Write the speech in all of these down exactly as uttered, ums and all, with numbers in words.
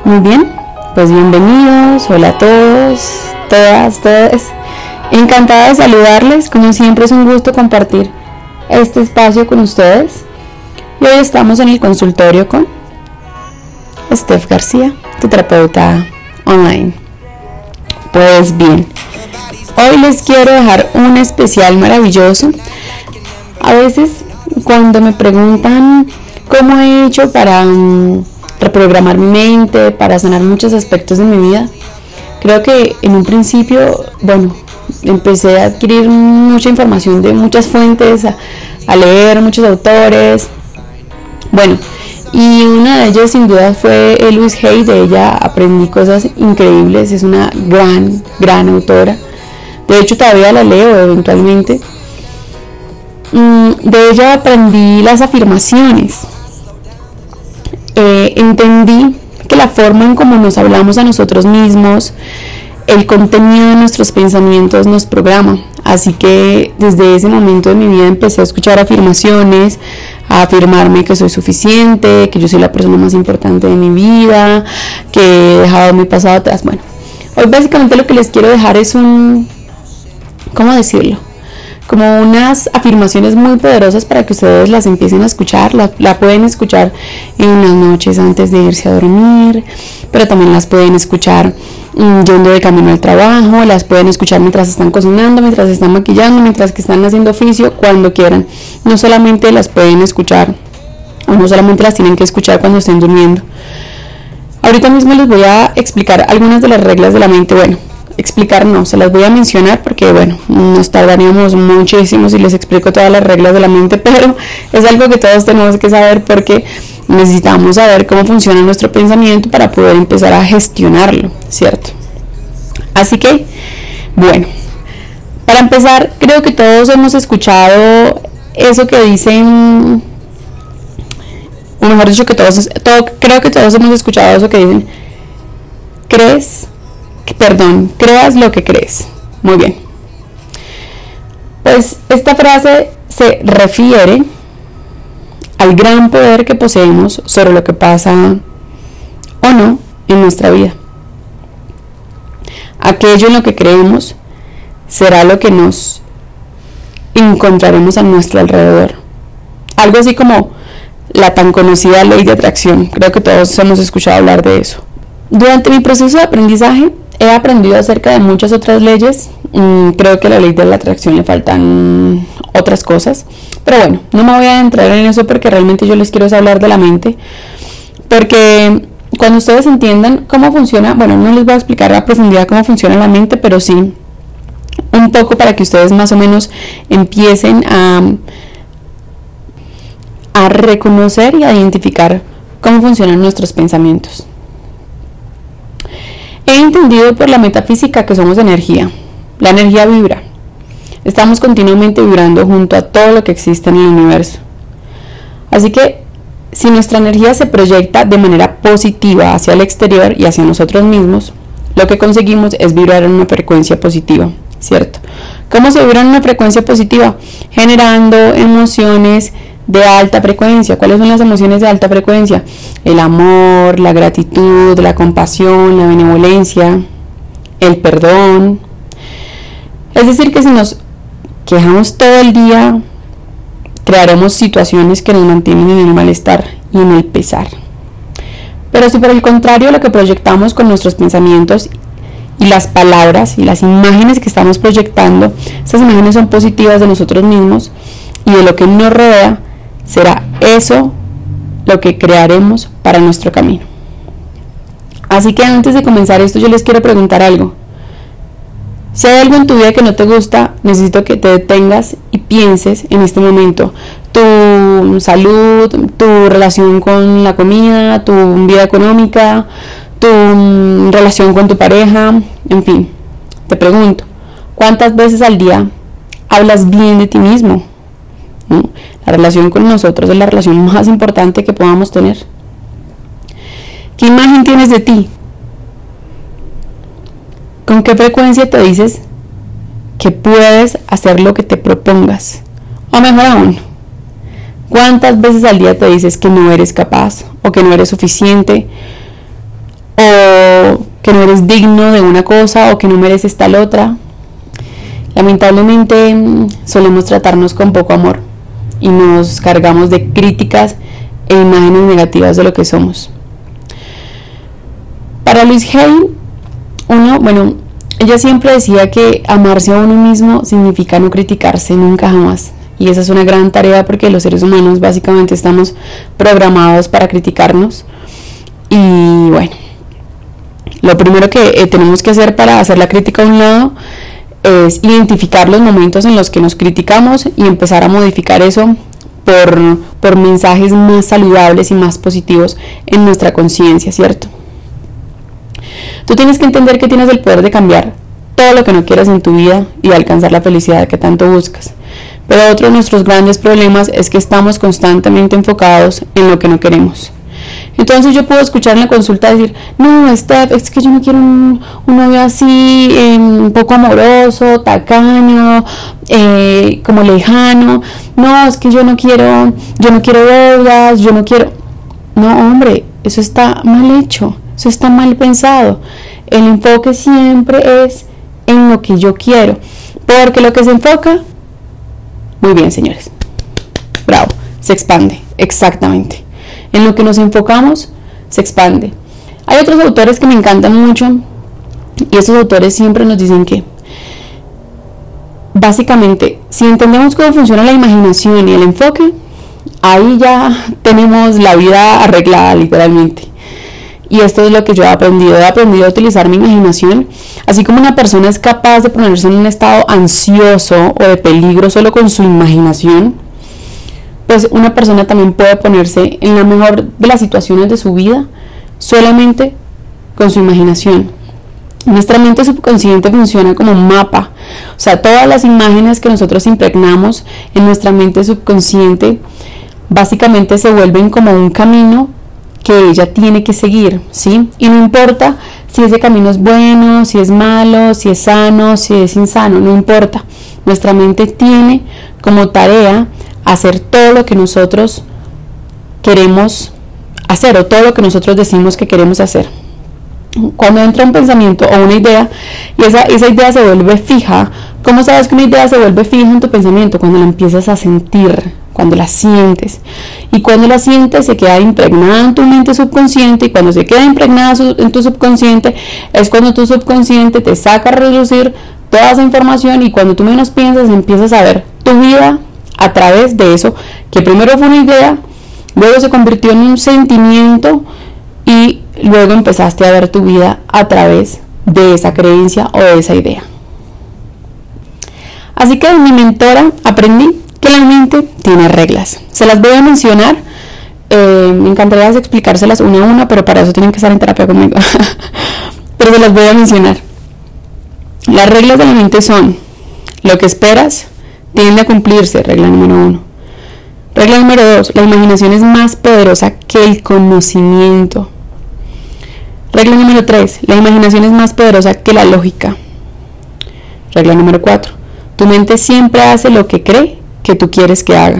Muy bien, pues bienvenidos, hola a todos, todas, todas. Encantada de saludarles, como siempre es un gusto compartir este espacio con ustedes. Y hoy estamos en el consultorio con Steph García, tu terapeuta online. Pues bien, hoy les quiero dejar un especial maravilloso. A veces cuando me preguntan cómo he hecho para um, reprogramar mi mente, para sanar muchos aspectos de mi vida, creo que en un principio, bueno, empecé a adquirir mucha información de muchas fuentes, a, a leer muchos autores. Bueno, y una de ellas sin duda fue Louise Hay. De ella aprendí cosas increíbles, es una gran, gran autora. De hecho todavía la leo eventualmente. De ella aprendí las afirmaciones. Eh, entendí que la forma en cómo nos hablamos a nosotros mismos, el contenido de nuestros pensamientos nos programa. Así que desde ese momento de mi vida empecé a escuchar afirmaciones, a afirmarme que soy suficiente, que yo soy la persona más importante de mi vida, que he dejado mi pasado atrás. Bueno, hoy básicamente lo que les quiero dejar es un, ¿cómo decirlo? Como unas afirmaciones muy poderosas para que ustedes las empiecen a escuchar. La, la pueden escuchar en las noches antes de irse a dormir, pero también las pueden escuchar mmm, yendo de camino al trabajo, las pueden escuchar mientras están cocinando, mientras están maquillando, mientras que están haciendo oficio, cuando quieran. No solamente las pueden escuchar, o no solamente las tienen que escuchar cuando estén durmiendo. Ahorita mismo les voy a explicar algunas de las reglas de la mente. Bueno, explicar no, se las voy a mencionar porque bueno, nos tardaríamos muchísimo si les explico todas las reglas de la mente, pero es algo que todos tenemos que saber porque necesitamos saber cómo funciona nuestro pensamiento para poder empezar a gestionarlo, ¿cierto? Así que, bueno, para empezar, creo que todos hemos escuchado eso que dicen, o mejor dicho, que todos, todo, creo que todos hemos escuchado eso que dicen, ¿crees? Perdón, creas lo que crees. Muy bien. Pues esta frase se refiere al gran poder que poseemos sobre lo que pasa o no en nuestra vida. Aquello en lo que creemos será lo que nos encontraremos a nuestro alrededor. Algo así como la tan conocida ley de atracción. Creo que todos hemos escuchado hablar de eso. Durante mi proceso de aprendizaje he aprendido acerca de muchas otras leyes. Mm, creo que a la ley de la atracción le faltan otras cosas. Pero bueno, no me voy a entrar en eso porque realmente yo les quiero hablar de la mente. Porque cuando ustedes entiendan cómo funciona, bueno, no les voy a explicar a profundidad cómo funciona la mente, pero sí un poco para que ustedes más o menos empiecen a, a reconocer y a identificar cómo funcionan nuestros pensamientos. He entendido por la metafísica que somos energía. La energía vibra. Estamos continuamente vibrando junto a todo lo que existe en el universo. Así que, si nuestra energía se proyecta de manera positiva hacia el exterior y hacia nosotros mismos, lo que conseguimos es vibrar en una frecuencia positiva, ¿cierto? ¿Cómo se vibra en una frecuencia positiva? Generando emociones de alta frecuencia. ¿Cuáles son las emociones de alta frecuencia? El amor, la gratitud, la compasión, la benevolencia, el perdón. Es decir, que si nos quejamos todo el día, crearemos situaciones que nos mantienen en el malestar y en el pesar. Pero si por el contrario lo que proyectamos con nuestros pensamientos y las palabras y las imágenes que estamos proyectando, esas imágenes son positivas de nosotros mismos y de lo que nos rodea, será eso lo que crearemos para nuestro camino. Así que antes de comenzar esto, yo les quiero preguntar algo. Si hay algo en tu vida que no te gusta, necesito que te detengas y pienses en este momento. Tu salud, tu relación con la comida, tu vida económica, tu relación con tu pareja, en fin. Te pregunto, ¿cuántas veces al día hablas bien de ti mismo? ¿No? La relación con nosotros es la relación más importante que podamos tener. ¿Qué imagen tienes de ti? ¿Con qué frecuencia te dices que puedes hacer lo que te propongas? O mejor aún, ¿cuántas veces al día te dices que no eres capaz o que no eres suficiente o que no eres digno de una cosa o que no mereces tal otra. Lamentablemente solemos tratarnos con poco amor y nos cargamos de críticas e imágenes negativas de lo que somos. Para Louise Hay, uno, bueno, ella siempre decía que amarse a uno mismo significa no criticarse nunca jamás. Y esa es una gran tarea porque los seres humanos básicamente estamos programados para criticarnos. Y bueno, lo primero que eh, tenemos que hacer para hacer la crítica a un lado es identificar los momentos en los que nos criticamos y empezar a modificar eso por, por mensajes más saludables y más positivos en nuestra conciencia, ¿cierto? Tú tienes que entender que tienes el poder de cambiar todo lo que no quieras en tu vida y de alcanzar la felicidad que tanto buscas. Pero otro de nuestros grandes problemas es que estamos constantemente enfocados en lo que no queremos. Entonces yo puedo escuchar en la consulta decir, no, Steph, es que yo no quiero un, un novio así, eh, un poco amoroso, tacaño, eh, como lejano. No, es que yo no quiero, yo no quiero deudas, yo no quiero... No, hombre, eso está mal hecho, eso está mal pensado. El enfoque siempre es en lo que yo quiero, porque lo que se enfoca... Muy bien, señores. Bravo. Se expande. Exactamente. En lo que nos enfocamos, se expande. Hay otros autores que me encantan mucho. Y esos autores siempre nos dicen que, básicamente, si entendemos cómo funciona la imaginación y el enfoque, ahí ya tenemos la vida arreglada, literalmente. Y esto es lo que yo he aprendido. He aprendido a utilizar mi imaginación. Así como una persona es capaz de ponerse en un estado ansioso o de peligro solo con su imaginación, pues una persona también puede ponerse en la mejor de las situaciones de su vida solamente con su imaginación. Nuestra mente subconsciente funciona como un mapa. O sea, todas las imágenes que nosotros impregnamos en nuestra mente subconsciente básicamente se vuelven como un camino que ella tiene que seguir, ¿sí? Y no importa si ese camino es bueno, si es malo, si es sano, si es insano, no importa. Nuestra mente tiene como tarea hacer todo lo que nosotros queremos hacer o todo lo que nosotros decimos que queremos hacer. Cuando entra un pensamiento o una idea y esa, esa idea se vuelve fija, ¿cómo sabes que una idea se vuelve fija en tu pensamiento? Cuando la empiezas a sentir, cuando la sientes. Y cuando la sientes se queda impregnada en tu mente subconsciente, y cuando se queda impregnada en tu subconsciente es cuando tu subconsciente te saca a reducir toda esa información, y cuando tú menos piensas empiezas a ver tu vida a través de eso que primero fue una idea, luego se convirtió en un sentimiento y luego empezaste a ver tu vida a través de esa creencia o de esa idea. Así que de mi mentora aprendí que la mente tiene reglas. Se las voy a mencionar. Eh, me encantaría explicárselas una a una, pero para eso tienen que estar en terapia conmigo. Pero se las voy a mencionar. Las reglas de la mente son: lo que esperas tiende a cumplirse, regla número uno. Regla número dos, la imaginación es más poderosa que el conocimiento. Regla número tres, la imaginación es más poderosa que la lógica. Regla número cuatro, tu mente siempre hace lo que cree que tú quieres que haga.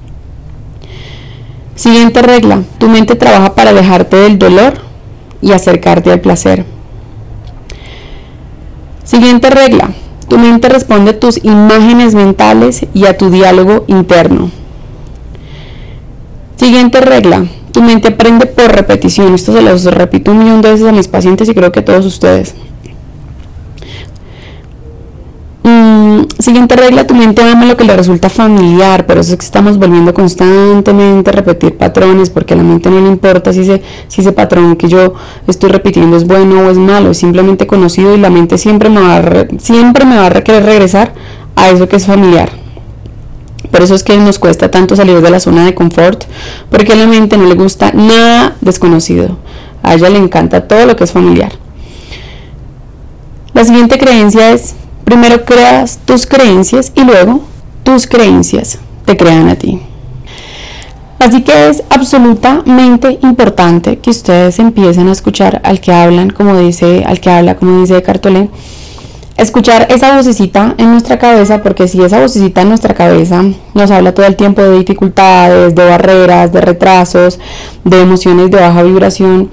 Siguiente regla, tu mente trabaja para alejarte del dolor y acercarte al placer. Siguiente regla, tu mente responde a tus imágenes mentales y a tu diálogo interno. Siguiente regla, tu mente aprende por repetición. Esto se los repito un millón de veces a mis pacientes y creo que a todos ustedes. Mm, siguiente regla, tu mente ama lo que le resulta familiar. Por eso es que estamos volviendo constantemente a repetir patrones, porque a la mente no le importa si ese, si ese patrón que yo estoy repitiendo es bueno o es malo, es simplemente conocido, y la mente siempre me va a, re, siempre me va a querer regresar a eso que es familiar. Por eso es que nos cuesta tanto salir de la zona de confort, porque a la mente no le gusta nada desconocido. A ella le encanta todo lo que es familiar. La siguiente creencia es: primero creas tus creencias y luego tus creencias te crean a ti. Así que es absolutamente importante que ustedes empiecen a escuchar al que hablan, como dice, al que habla, como dice Eckhart Tolle. Escuchar esa vocecita en nuestra cabeza, porque si esa vocecita en nuestra cabeza nos habla todo el tiempo de dificultades, de barreras, de retrasos, de emociones de baja vibración,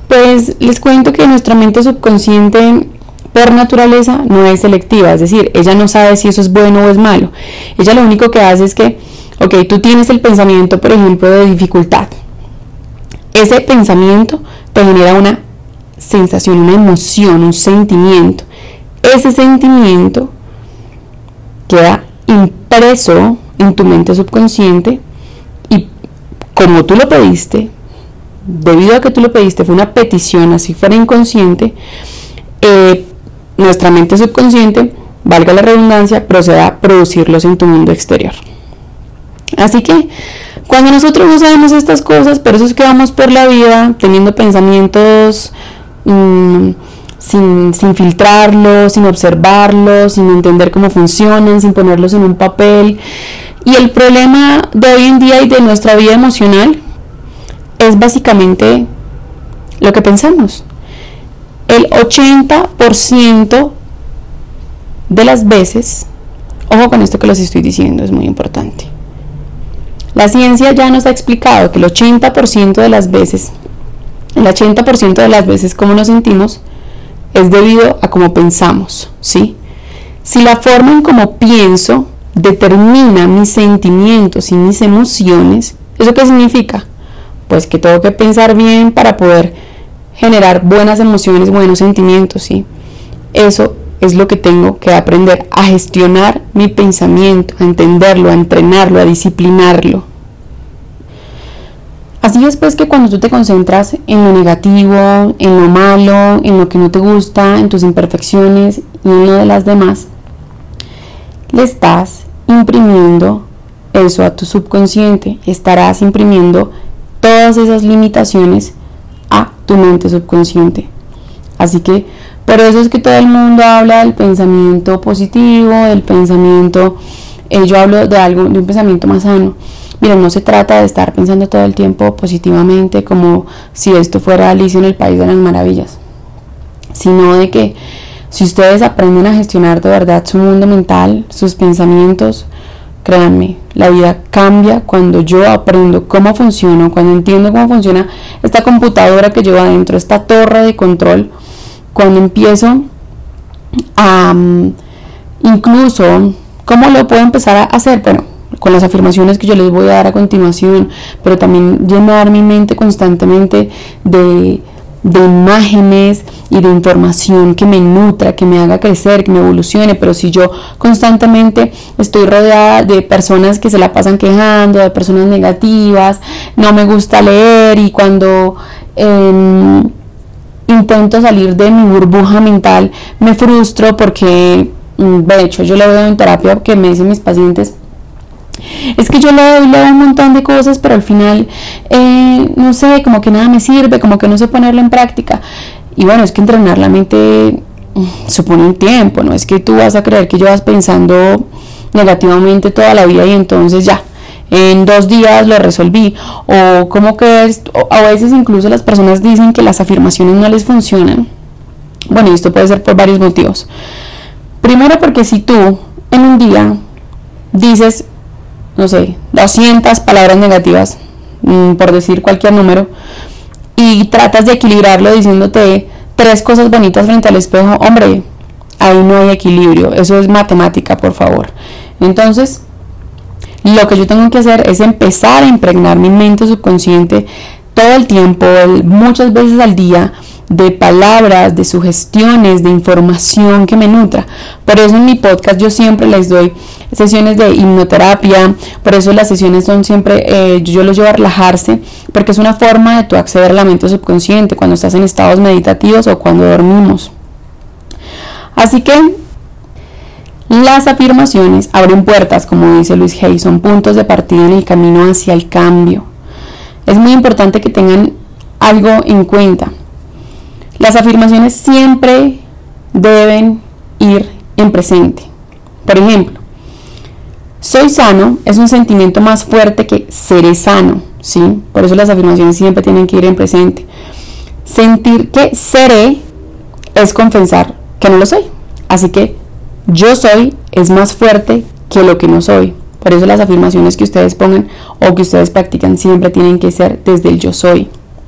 Pues les cuento que nuestra mente subconsciente por naturaleza no es selectiva, es decir, ella no sabe si eso es bueno o es malo. Ella lo único que hace es que, ok, tú tienes el pensamiento, por ejemplo, de dificultad. Ese pensamiento te genera una sensación, una emoción, un sentimiento. Ese sentimiento queda impreso en tu mente subconsciente y como tú lo pediste, debido a que tú lo pediste, fue una petición, así fuera inconsciente, eh, nuestra mente subconsciente, valga la redundancia, procede a producirlos en tu mundo exterior. Así que cuando nosotros no sabemos estas cosas, por eso es que vamos por la vida teniendo pensamientos mmm, sin, sin filtrarlos, sin observarlos, sin entender cómo funcionan, sin ponerlos en un papel. Y el problema de hoy en día y de nuestra vida emocional es básicamente lo que pensamos. El ochenta por ciento de las veces, ojo con esto que les estoy diciendo, es muy importante. La ciencia ya nos ha explicado que el ochenta por ciento de las veces, el ochenta por ciento de las veces como nos sentimos es debido a cómo pensamos, ¿sí? Si la forma en cómo pienso determina mis sentimientos y mis emociones, ¿eso qué significa? Pues que tengo que pensar bien para poder generar buenas emociones, buenos sentimientos, ¿sí? Eso es lo que tengo que aprender, a gestionar mi pensamiento, a entenderlo, a entrenarlo, a disciplinarlo. Así es pues que cuando tú te concentras en lo negativo, en lo malo, en lo que no te gusta, en tus imperfecciones y en lo de las demás, le estás imprimiendo eso a tu subconsciente, estarás imprimiendo todas esas limitaciones a tu mente subconsciente. Así que por eso es que todo el mundo habla del pensamiento positivo, del pensamiento, eh, yo hablo de algo, de un pensamiento más sano. Miren, no se trata de estar pensando todo el tiempo positivamente como si esto fuera Alicia en el País de las Maravillas, sino de que si ustedes aprenden a gestionar de verdad su mundo mental, sus pensamientos, créanme, la vida cambia cuando yo aprendo cómo funciona, cuando entiendo cómo funciona esta computadora que llevo adentro, esta torre de control, cuando empiezo a, um, incluso, ¿cómo lo puedo empezar a hacer? Bueno, con las afirmaciones que yo les voy a dar a continuación, pero también llenar mi mente constantemente de, de imágenes y de información que me nutra, que me haga crecer, que me evolucione. Pero si yo constantemente estoy rodeada de personas que se la pasan quejando, de personas negativas, no me gusta leer, y cuando eh, intento salir de mi burbuja mental me frustro porque, de hecho, yo lo veo en terapia que me dicen mis pacientes, es que yo leo y leo un montón de cosas, pero al final eh, no sé, como que nada me sirve, como que no sé ponerlo en práctica. Y bueno, es que entrenar la mente supone un tiempo, no es que tú vas a creer que yo vas pensando negativamente toda la vida y entonces ya, en dos días lo resolví. O como que es, o a veces incluso las personas dicen que las afirmaciones no les funcionan. Bueno, y esto puede ser por varios motivos. Primero, porque si tú en un día dices, no sé, doscientas palabras negativas, mmm, por decir cualquier número, y tratas de equilibrarlo diciéndote tres cosas bonitas frente al espejo, hombre, ahí no hay equilibrio, eso es matemática, por favor. Entonces, lo que yo tengo que hacer es empezar a impregnar mi mente subconsciente todo el tiempo, muchas veces al día, de palabras, de sugestiones, de información que me nutra. Por eso en mi podcast yo siempre les doy sesiones de hipnoterapia, por eso las sesiones son siempre, eh, yo los llevo a relajarse, porque es una forma de tú acceder a la mente subconsciente cuando estás en estados meditativos o cuando dormimos. Así que las afirmaciones abren puertas, como dice Louise Hay, son puntos de partida en el camino hacia el cambio. Es muy importante que tengan algo en cuenta. Las afirmaciones siempre deben ir en presente. Por ejemplo, soy sano es un sentimiento más fuerte que seré sano, ¿sí? Por eso las afirmaciones siempre tienen que ir en presente. Sentir que seré es confesar que no lo soy. Así que yo soy es más fuerte que lo que no soy. Por eso las afirmaciones que ustedes pongan o que ustedes practican siempre tienen que ser desde el yo soy.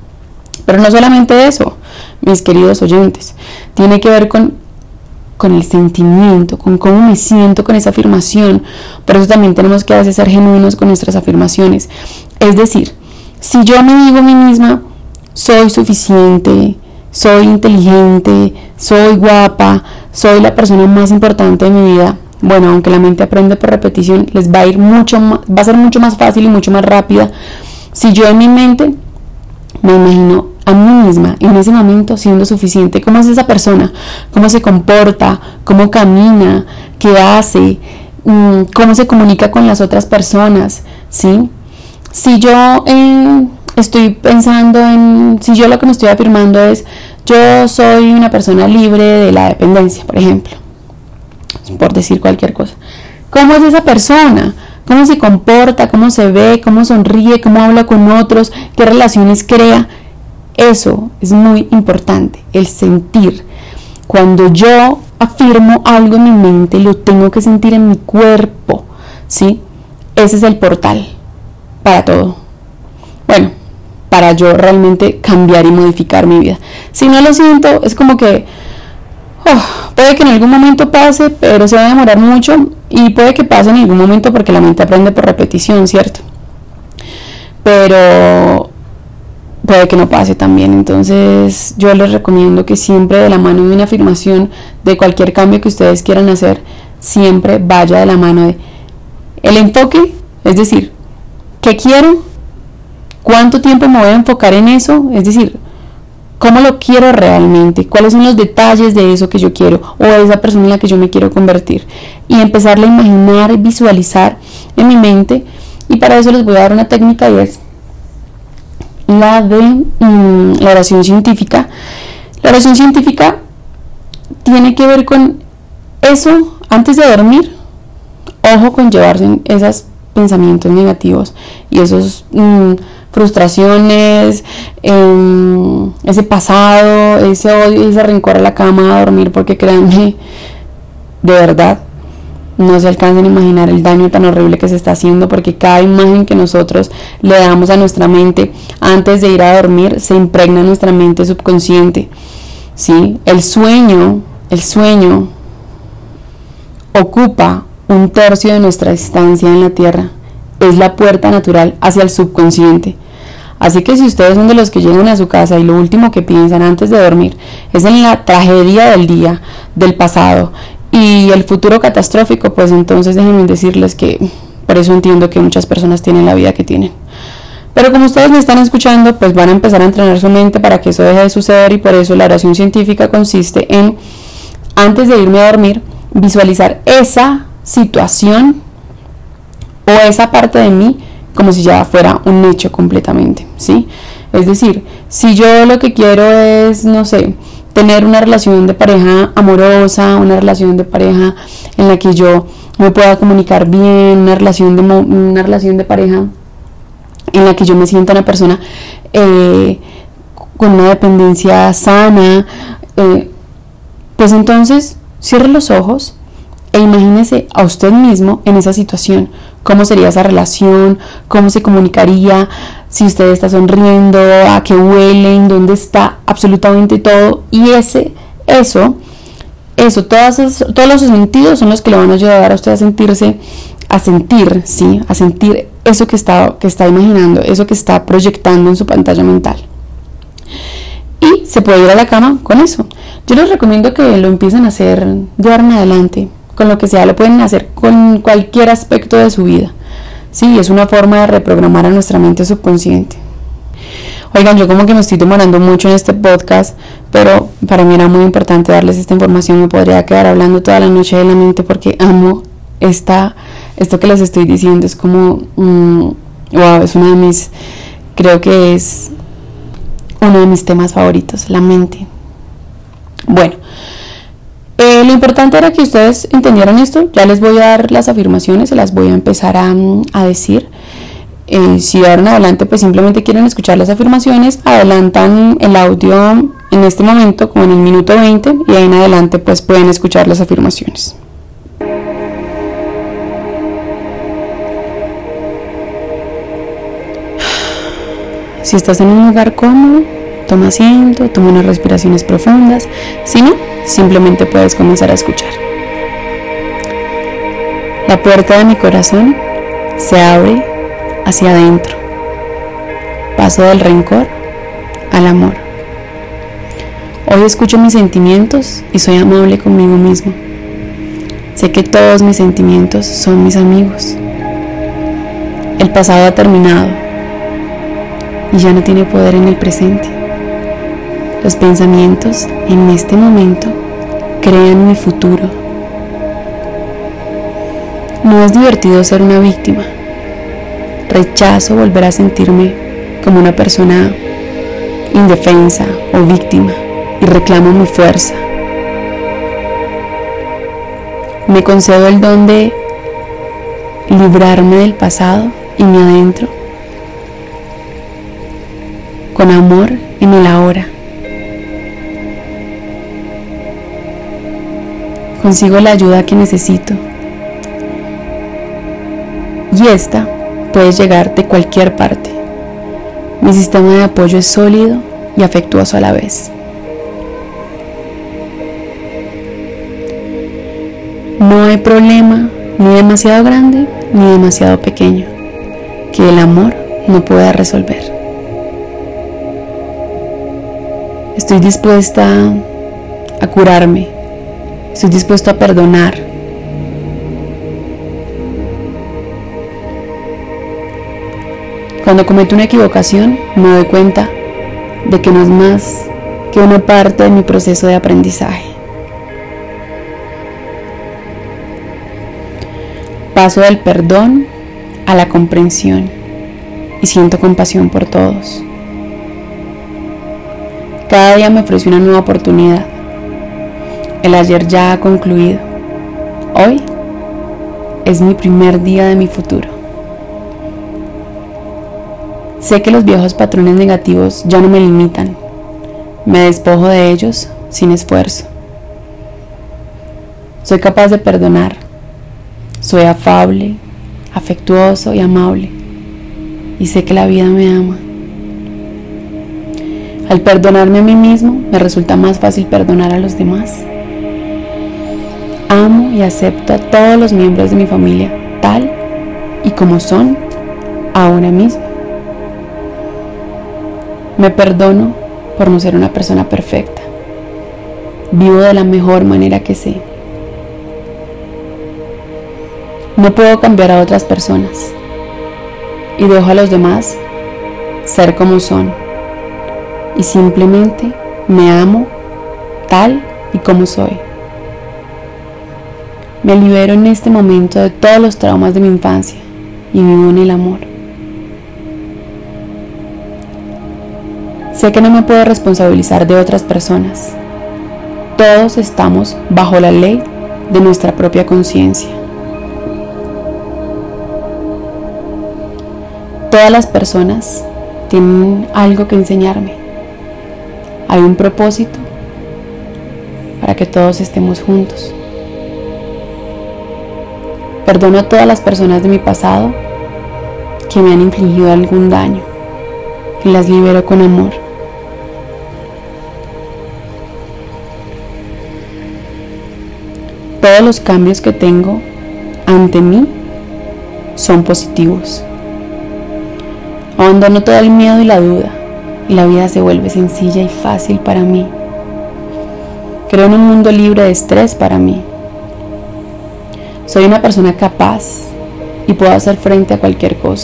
Pero no solamente eso, mis queridos oyentes, tiene que ver con, con el sentimiento, con cómo me siento con esa afirmación. Por eso también tenemos que a veces ser genuinos con nuestras afirmaciones. Es decir, si yo me digo a mí misma, soy suficiente, soy inteligente, soy guapa, soy la persona más importante de mi vida, bueno, aunque la mente aprende por repetición, les va a ir mucho más, va a ser mucho más fácil y mucho más rápida si yo en mi mente me imagino a mí misma en ese momento siendo suficiente. ¿Cómo es esa persona? ¿Cómo se comporta? ¿Cómo camina? ¿Qué hace? ¿Cómo se comunica con las otras personas? ¿Sí? Si yo eh, estoy pensando en, si yo lo que me estoy afirmando es, yo soy una persona libre de la dependencia, por ejemplo, por decir cualquier cosa. ¿Cómo es esa persona? ¿Cómo se comporta? ¿Cómo se ve? ¿Cómo sonríe? ¿Cómo habla con otros? ¿Qué relaciones crea? Eso es muy importante, el sentir. Cuando yo afirmo algo en mi mente, lo tengo que sentir en mi cuerpo, ¿sí? Ese es el portal para todo. Bueno, para yo realmente cambiar y modificar mi vida. Si no lo siento, es como que oh, puede que en algún momento pase, pero se va a demorar mucho, y puede que pase en algún momento porque la mente aprende por repetición, ¿cierto? Pero puede que no pase también. Entonces yo les recomiendo que siempre de la mano de una afirmación de cualquier cambio que ustedes quieran hacer, siempre vaya de la mano de el enfoque, es decir, ¿qué quiero? ¿Cuánto tiempo me voy a enfocar en eso? Es decir, ¿cómo lo quiero realmente? ¿Cuáles son los detalles de eso que yo quiero? O de esa persona en la que yo me quiero convertir. Y empezarla a imaginar y visualizar en mi mente. Y para eso les voy a dar una técnica, y es la de mmm, la oración científica. La oración científica tiene que ver con eso antes de dormir. Ojo con llevarse esos pensamientos negativos y esos mmm, frustraciones, eh, ese pasado, ese odio, ese rencor a la cama a dormir, porque créanme, de verdad no se alcanzan a imaginar el daño tan horrible que se está haciendo, porque cada imagen que nosotros le damos a nuestra mente antes de ir a dormir se impregna en nuestra mente subconsciente, ¿sí? El sueño, el sueño ocupa un tercio de nuestra estancia en la tierra. Es la puerta natural hacia el subconsciente. Así que si ustedes son de los que llegan a su casa y lo último que piensan antes de dormir es en la tragedia del día, del pasado y el futuro catastrófico, pues entonces déjenme decirles que por eso entiendo que muchas personas tienen la vida que tienen. Pero como ustedes me están escuchando, pues van a empezar a entrenar su mente para que eso deje de suceder, y por eso la oración científica consiste en, antes de irme a dormir, visualizar esa situación o esa parte de mí como si ya fuera un hecho completamente, ¿sí? Es decir, si yo lo que quiero es, no sé, tener una relación de pareja amorosa, una relación de pareja en la que yo me pueda comunicar bien, una relación de, una relación de pareja en la que yo me sienta una persona eh, con una dependencia sana, eh, pues entonces cierre los ojos e imagínese a usted mismo en esa situación. ¿Cómo sería esa relación? ¿Cómo se comunicaría? Si usted está sonriendo, a qué huelen, dónde está absolutamente todo. Y ese, eso, eso, todas esos, todos los sentidos son los que le van a ayudar a usted a sentirse, a sentir, ¿sí? A sentir eso que está, que está imaginando, eso que está proyectando en su pantalla mental. Y se puede ir a la cama con eso. Yo les recomiendo que lo empiecen a hacer de ahora en adelante. Con lo que sea, lo pueden hacer con cualquier aspecto de su vida. Sí, es una forma de reprogramar a nuestra mente subconsciente. Oigan, yo como que me estoy demorando mucho en este podcast, pero para mí era muy importante darles esta información. Me podría quedar hablando toda la noche de la mente porque amo esta, esto que les estoy diciendo. Es como, um, wow, es uno de mis, creo que es uno de mis temas favoritos, la mente. Bueno, Eh, lo importante era que ustedes entendieran esto. Ya les voy a dar las afirmaciones, se las voy a empezar a, a decir. Eh, si de ahora en adelante pues simplemente quieren escuchar las afirmaciones, adelantan el audio en este momento como en el minuto veinte, y ahí en adelante pues pueden escuchar las afirmaciones. Si estás en un lugar cómodo, toma asiento, toma unas respiraciones profundas. Si no, simplemente puedes comenzar a escuchar. La puerta de mi corazón se abre hacia adentro. Paso del rencor al amor. Hoy escucho mis sentimientos y soy amable conmigo mismo. Sé que todos mis sentimientos son mis amigos. El pasado ha terminado y ya no tiene poder en el presente. Los pensamientos en este momento crean mi futuro. No es divertido ser una víctima. Rechazo volver a sentirme como una persona indefensa o víctima y reclamo mi fuerza. Me concedo el don de librarme del pasado y mi adentro, con amor en el ahora. Consigo la ayuda que necesito y esta puede llegar de cualquier parte. Mi sistema de apoyo es sólido y afectuoso a la vez. No hay problema ni demasiado grande ni demasiado pequeño que el amor no pueda resolver. Estoy dispuesta a curarme, estoy dispuesto a perdonar. Cuando cometo una equivocación, me doy cuenta de que no es más que una parte de mi proceso de aprendizaje. Paso del perdón a la comprensión y siento compasión por todos. Cada día me ofrece una nueva oportunidad. El ayer ya ha concluido. Hoy es mi primer día de mi futuro. Sé que los viejos patrones negativos ya no me limitan. Me despojo de ellos sin esfuerzo. Soy capaz de perdonar. Soy afable, afectuoso y amable. Y sé que la vida me ama. Al perdonarme a mí mismo, me resulta más fácil perdonar a los demás. Amo y acepto a todos los miembros de mi familia tal y como son ahora mismo. Me perdono por no ser una persona perfecta. Vivo de la mejor manera que sé. No puedo cambiar a otras personas y dejo a los demás ser como son y simplemente me amo tal y como soy. Me libero en este momento de todos los traumas de mi infancia y vivo en el amor. Sé que no me puedo responsabilizar de otras personas. Todos estamos bajo la ley de nuestra propia conciencia. Todas las personas tienen algo que enseñarme. Hay un propósito para que todos estemos juntos. Perdono a todas las personas de mi pasado que me han infligido algún daño y las libero con amor. Todos los cambios que tengo ante mí son positivos. Abandono todo el miedo y la duda y la vida se vuelve sencilla y fácil para mí. Creo en un mundo libre de estrés para mí. Soy una persona capaz y puedo hacer frente a cualquier cosa.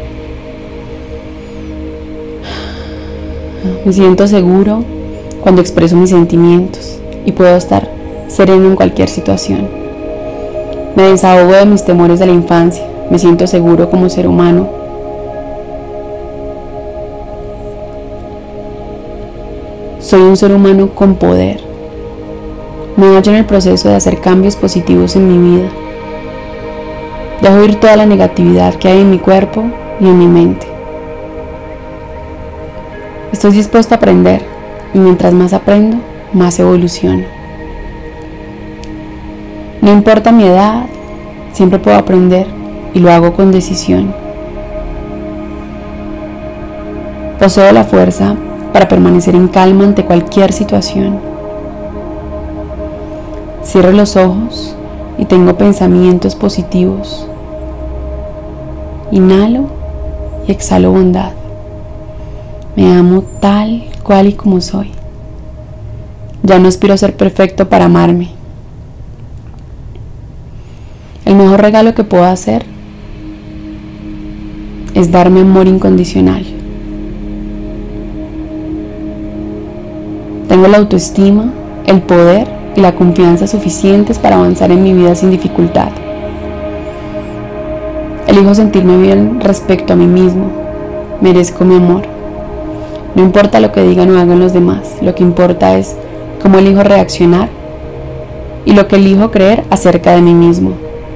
Me siento seguro cuando expreso mis sentimientos y puedo estar sereno en cualquier situación. Me desahogo de mis temores de la infancia. Me siento seguro como ser humano. Soy un ser humano con poder. Me hallo en el proceso de hacer cambios positivos en mi vida. Dejo ir toda la negatividad que hay en mi cuerpo y en mi mente. Estoy dispuesto a aprender y mientras más aprendo, más evoluciono. No importa mi edad, siempre puedo aprender y lo hago con decisión. Poseo la fuerza para permanecer en calma ante cualquier situación. Cierro los ojos y tengo pensamientos positivos. Inhalo y exhalo bondad. Me amo tal cual y como soy. Ya no aspiro a ser perfecto para amarme. El mejor regalo que puedo hacer es darme amor incondicional. Tengo la autoestima, el poder y la confianza suficientes para avanzar en mi vida sin dificultad. Elijo sentirme bien respecto a mí mismo. Merezco mi amor. No importa lo que digan o hagan los demás, lo que importa es cómo elijo reaccionar y lo que elijo creer acerca de mí mismo.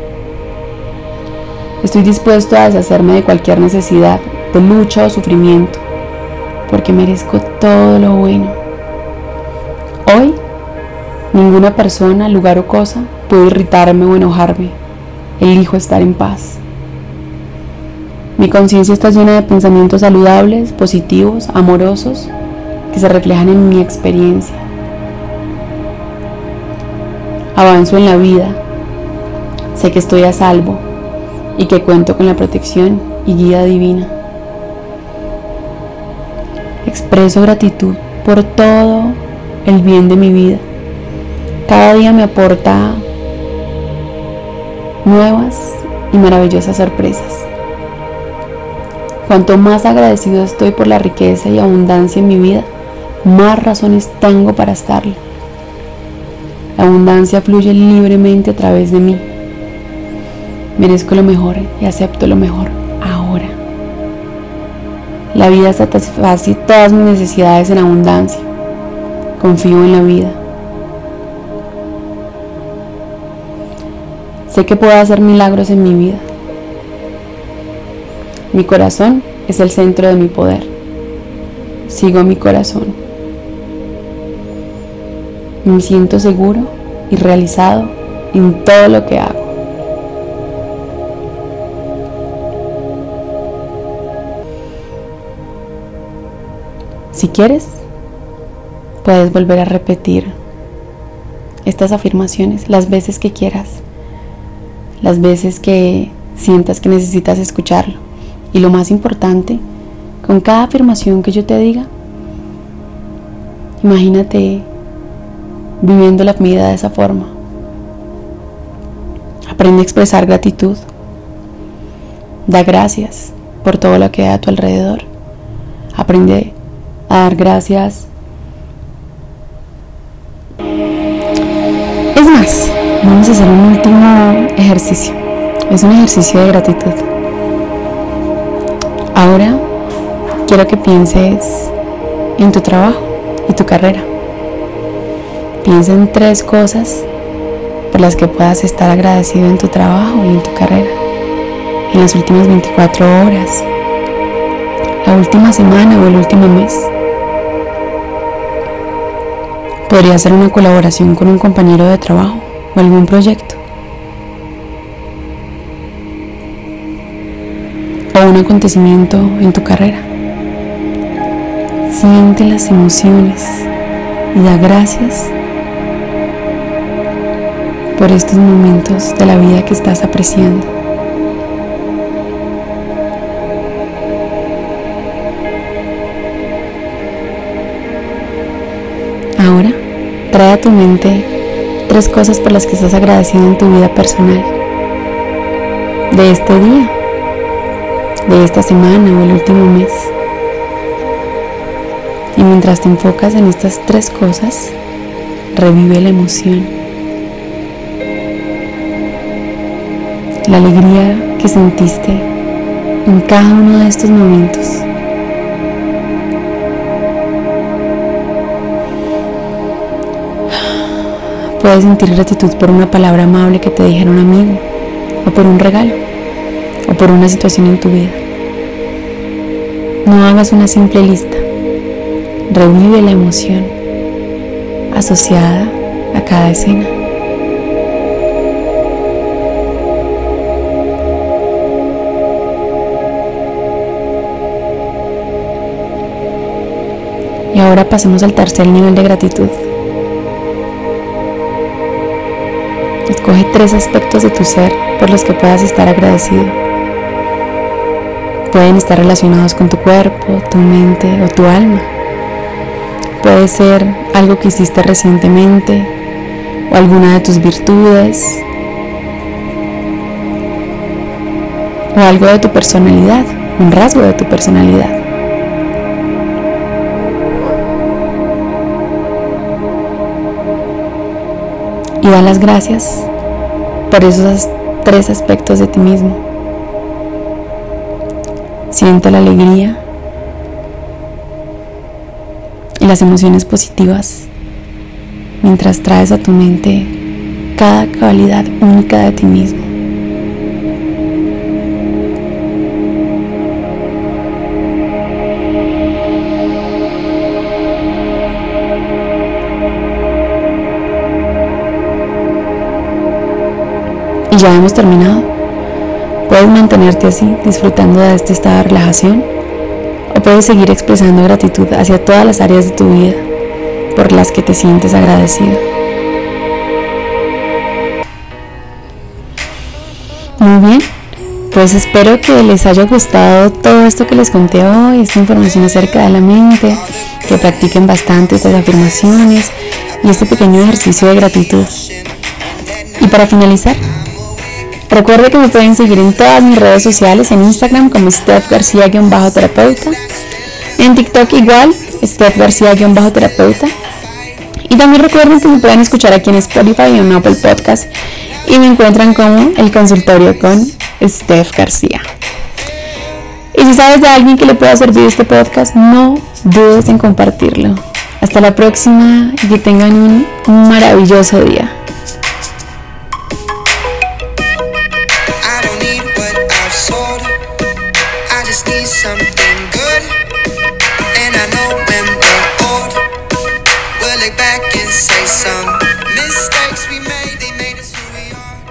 Estoy dispuesto a deshacerme de cualquier necesidad de lucha o sufrimiento, porque merezco todo lo bueno. Hoy, ninguna persona, lugar o cosa puede irritarme o enojarme. Elijo estar en paz. Mi conciencia está llena de pensamientos saludables, positivos, amorosos, que se reflejan en mi experiencia. Avanzo en la vida. Sé que estoy a salvo y que cuento con la protección y guía divina. Expreso gratitud por todo el bien de mi vida. Cada día me aporta nuevas y maravillosas sorpresas. Cuanto más agradecido estoy por la riqueza y abundancia en mi vida, más razones tengo para estarlo. La abundancia fluye libremente a través de mí. Merezco lo mejor y acepto lo mejor ahora. La vida satisface todas mis necesidades en abundancia. Confío en la vida. Sé que puedo hacer milagros en mi vida. Mi corazón es el centro de mi poder. Sigo mi corazón. Me siento seguro y realizado en todo lo que hago. Si quieres, puedes volver a repetir estas afirmaciones las veces que quieras, las veces que sientas que necesitas escucharlo. Y lo más importante, con cada afirmación que yo te diga, imagínate viviendo la vida de esa forma. Aprende a expresar gratitud. Da gracias por todo lo que hay a tu alrededor. Aprende a dar gracias. Es más, vamos a hacer un último ejercicio. Es un ejercicio de gratitud. Ahora quiero que pienses en tu trabajo y tu carrera. Piensa en tres cosas por las que puedas estar agradecido en tu trabajo y en tu carrera en las últimas veinticuatro horas, la última semana o el último mes. Podría ser una colaboración con un compañero de trabajo o algún proyecto, o un acontecimiento en tu carrera. Siente las emociones y da gracias por estos momentos de la vida que estás apreciando. Ahora, trae a tu mente tres cosas por las que estás agradecido en tu vida personal, de este día, de esta semana o el último mes. Y mientras te enfocas en estas tres cosas, revive la emoción, la alegría que sentiste en cada uno de estos momentos. Puedes sentir gratitud por una palabra amable que te dijera un amigo, o por un regalo, o por una situación en tu vida. No hagas una simple lista. Revive la emoción asociada a cada escena. Ahora pasemos al tercer nivel de gratitud. Escoge tres aspectos de tu ser por los que puedas estar agradecido. Pueden estar relacionados con tu cuerpo, tu mente o tu alma. Puede ser algo que hiciste recientemente o alguna de tus virtudes o algo de tu personalidad, un rasgo de tu personalidad. Y da las gracias por esos tres aspectos de ti mismo. Siente la alegría y las emociones positivas mientras traes a tu mente cada cualidad única de ti mismo. Y ya hemos terminado. Puedes mantenerte así, disfrutando de este estado de relajación, o puedes seguir expresando gratitud hacia todas las áreas de tu vida por las que te sientes agradecido. Muy bien, pues espero que les haya gustado todo esto que les conté hoy, esta información acerca de la mente, que practiquen bastante estas afirmaciones y este pequeño ejercicio de gratitud. Y para finalizar, recuerde que me pueden seguir en todas mis redes sociales, en Instagram como Steph García-terapeuta, en TikTok igual, Steph García-terapeuta, y también recuerden que me pueden escuchar aquí en Spotify y en Apple Podcast, y me encuentran como El Consultorio con Steph García. Y si sabes de alguien que le pueda servir este podcast, no dudes en compartirlo. Hasta la próxima y que tengan un, un maravilloso día. Need something good, and I know when we're old, we'll look back and say some mistakes we made.